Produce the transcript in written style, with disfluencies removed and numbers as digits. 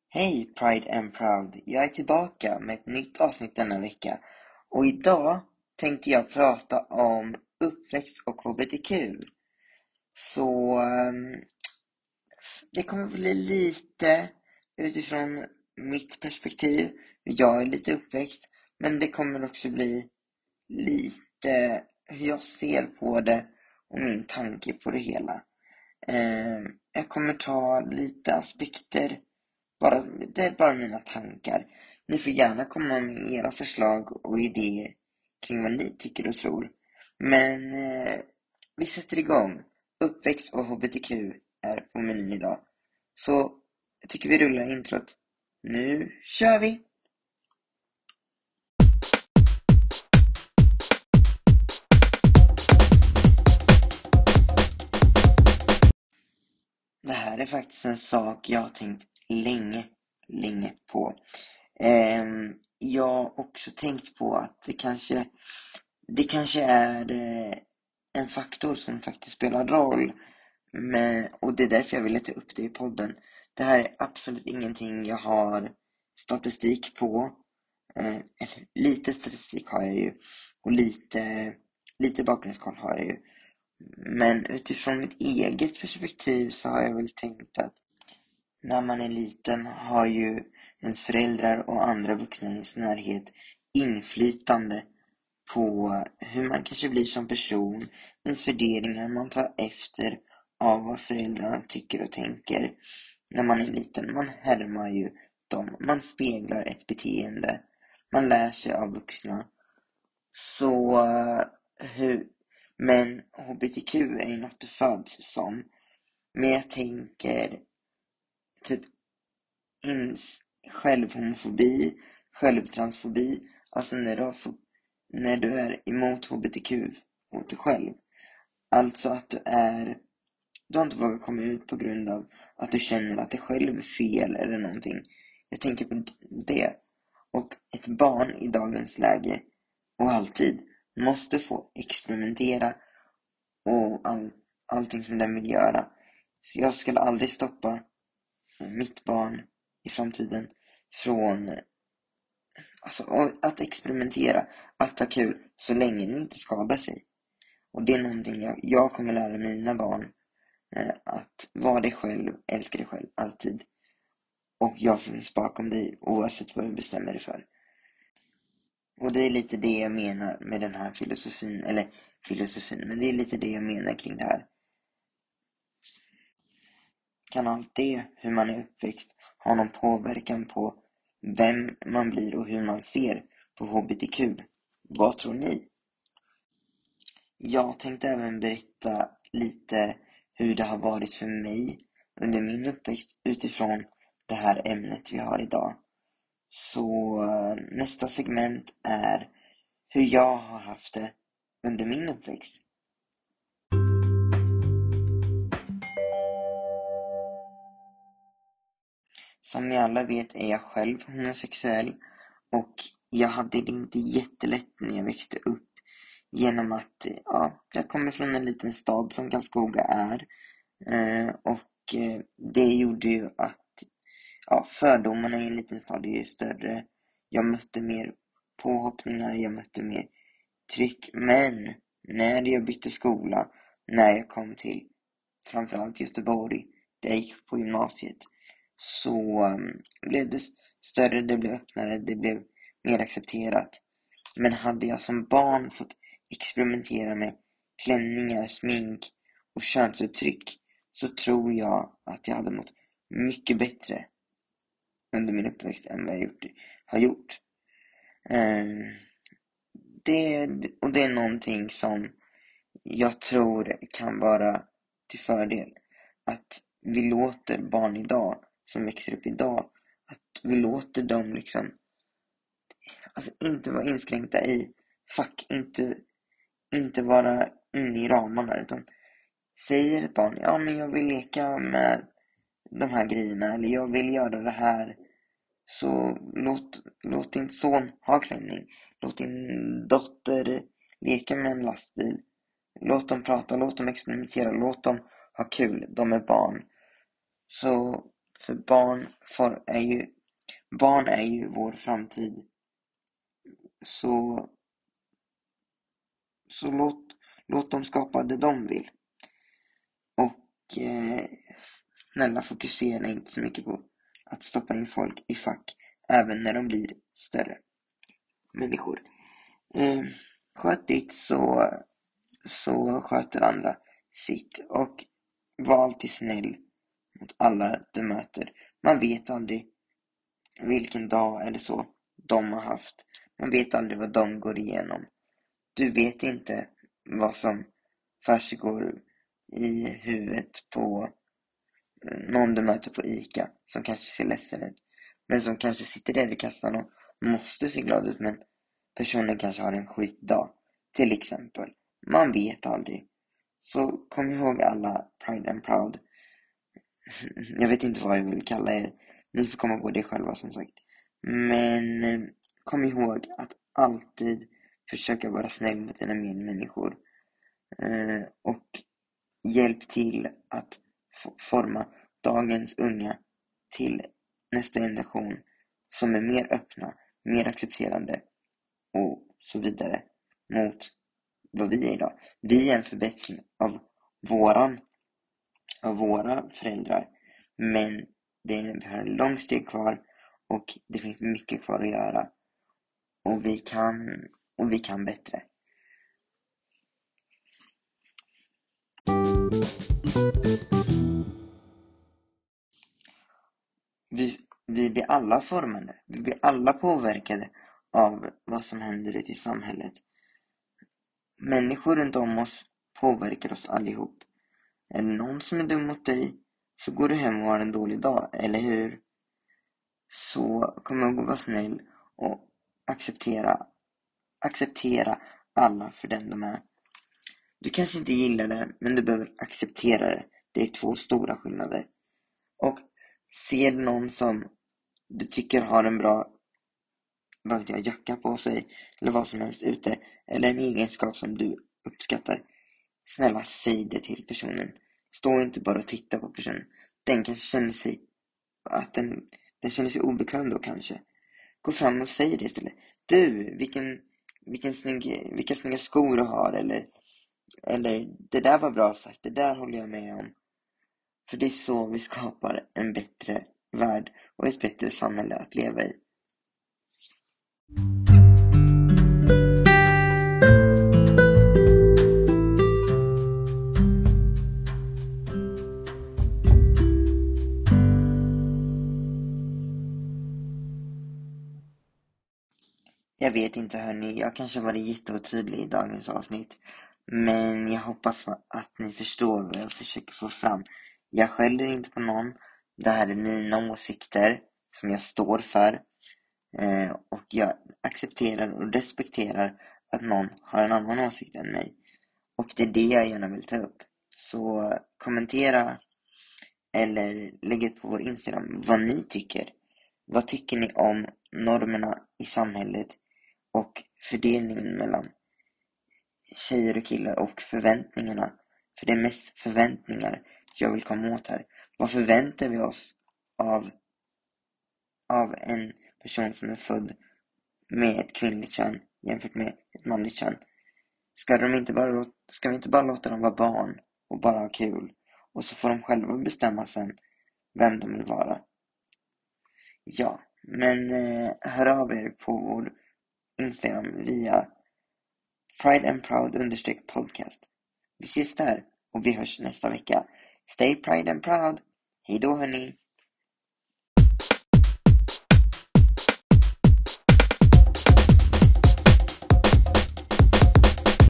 Hej Pride and Proud! Jag är tillbaka med ett nytt avsnitt denna vecka. Och idag tänkte jag prata om uppväxt och HBTQ. Så det kommer bli lite utifrån mitt perspektiv. Jag är lite uppväxt, men det kommer också bli lite hur jag ser på det och min tanke på det hela. Jag kommer ta lite aspekter. Det är bara mina tankar. Ni får gärna komma med era förslag och idéer kring vad ni tycker och tror. Men vi sätter igång. Uppväxt och HBTQ är på menyn idag. Så jag tycker vi rullar introt. Nu kör vi! Det här är faktiskt en sak jag har tänkt länge på. Jag har också tänkt på att det kanske är en faktor som faktiskt spelar roll. Och det är därför jag ville ta upp det i podden. Det här är absolut ingenting jag har statistik på. Eller lite statistik har jag ju. Och lite bakgrundskoll har jag ju. Men utifrån mitt eget perspektiv så har jag väl tänkt att när man är liten har ju ens föräldrar och andra vuxna i ens närhet inflytande på hur man kanske blir som person, ens värderingar man tar efter av vad föräldrarna tycker och tänker. När man är liten, man härmar ju dem, man speglar ett beteende, man lär sig av vuxna. Så men HBTQ är ju något du föds som. Men jag tänker typ självhomofobi, självtransfobi, alltså när du är emot HBTQ mot dig själv. Alltså att du har inte vågat komma ut på grund av att du känner att det själv är fel eller någonting. Jag tänker på det. Och ett barn i dagens läge och alltid måste få experimentera och allting som den vill göra. Så jag skulle aldrig stoppa mitt barn i framtiden från att experimentera, att ha kul så länge den inte skadar sig. Och det är någonting jag kommer lära mina barn, att vara dig själv, älska dig själv alltid. Och jag finns bakom dig oavsett vad du bestämmer dig för. Och det är lite det jag menar med den här filosofin, men det är lite det jag menar kring det här. Kan allt det, hur man är uppväxt, ha någon påverkan på vem man blir och hur man ser på HBTQ? Vad tror ni? Jag tänkte även berätta lite hur det har varit för mig under min uppväxt utifrån det här ämnet vi har idag. Så nästa segment är hur jag har haft det under min uppväxt. Som ni alla vet är jag själv homosexuell och jag hade det inte jättelätt när jag växte upp genom att jag kommer från en liten stad som Karlskoga är, och det gjorde ju att fördomarna i en liten stad är ju större. Jag mötte mer påhoppningar, jag mötte mer tryck, men när jag bytte skola, när jag kom till framförallt Göteborg, där jag gick på gymnasiet, så blev det större, det blev öppnare, det blev mer accepterat. Men hade jag som barn fått experimentera med klänningar, smink och könsuttryck, så tror jag att jag hade mått mycket bättre under min uppväxt än vad jag har gjort. Det är någonting som jag tror kan vara till fördel. Att vi låter barn idag, som växer upp idag, att vi låter dem liksom inte vara inskränkta i fack, inte vara inne i ramarna, utan säger ett barn, men jag vill leka med de här grejerna, eller jag vill göra det här, så låt din son ha klänning, låt din dotter leka med en lastbil, låt dem prata, låt dem experimentera, låt dem ha kul, de är barn. Så För barn är ju vår framtid. Så, så låt dem skapa det de vill. Och snälla, fokusera inte så mycket på att stoppa in folk i fack även när de blir större människor. Sköt ditt, så sköter andra sitt. Och var alltid snäll mot alla du möter. Man vet aldrig vilken dag eller så de har haft. Man vet aldrig vad de går igenom. Du vet inte vad som försiggår i huvudet på någon du möter på ICA som kanske ser ledsen ut, men som kanske sitter där i kassan och måste se glad ut, men personen kanske har en skitdag till exempel. Man vet aldrig. Så kom ihåg alla Pride and Proud. Jag vet inte vad jag vill kalla er. Ni får komma på det själva som sagt. Men kom ihåg att alltid försöka vara snäll mot dina medmänniskor. Och hjälp till att forma dagens unga till nästa generation som är mer öppna, mer accepterande och så vidare mot vad vi är idag. Vi är en förbättring av våra föräldrar, men vi har en lång steg kvar och det finns mycket kvar att göra, och vi kan bättre. Vi blir alla formade, vi blir alla påverkade av vad som händer ute i samhället. Människor runt om oss påverkar oss allihop. Är det någon som är dum mot dig, så går du hem och har en dålig dag, eller hur? Så kom ihåg att vara snäll och acceptera alla för den de är. Du kanske inte gillar det, men du behöver acceptera det. Det är 2 stora skillnader. Och ser någon som du tycker har en bra jacka på sig, eller vad som helst ute, eller en egenskap som du uppskattar, snälla säg det till personen. Stå inte bara och titta på personen. Den kanske känner sig att den känner sig obekväm då kanske. Gå fram och säg det istället. Du, vilka snygga skor du har, eller det där var bra sagt, det där håller jag med om. För det är så vi skapar en bättre värld och ett bättre samhälle att leva i. Jag vet inte hörni, jag kanske var jätteotydlig i dagens avsnitt. Men jag hoppas att ni förstår vad jag försöker få fram. Jag skäller inte på någon. Det här är mina åsikter som jag står för. Och jag accepterar och respekterar att någon har en annan åsikt än mig. Och det är det jag gärna vill ta upp. Så kommentera eller lägg ut på vår Instagram vad ni tycker. Vad tycker ni om normerna i samhället och fördelningen mellan tjejer och killar och förväntningarna? För det är mest förväntningar jag vill komma åt här. Vad förväntar vi oss av en person som är född med ett kvinnligt kön jämfört med ett manligt kön? Ska vi inte bara låta dem vara barn och bara ha kul, och så får de själva bestämma sen vem de vill vara? Ja, men hör av er på vår Instagram via Pride and Proud _podcast. Vi ses där och vi hörs nästa vecka. Stay Pride and Proud. Hej då hörni.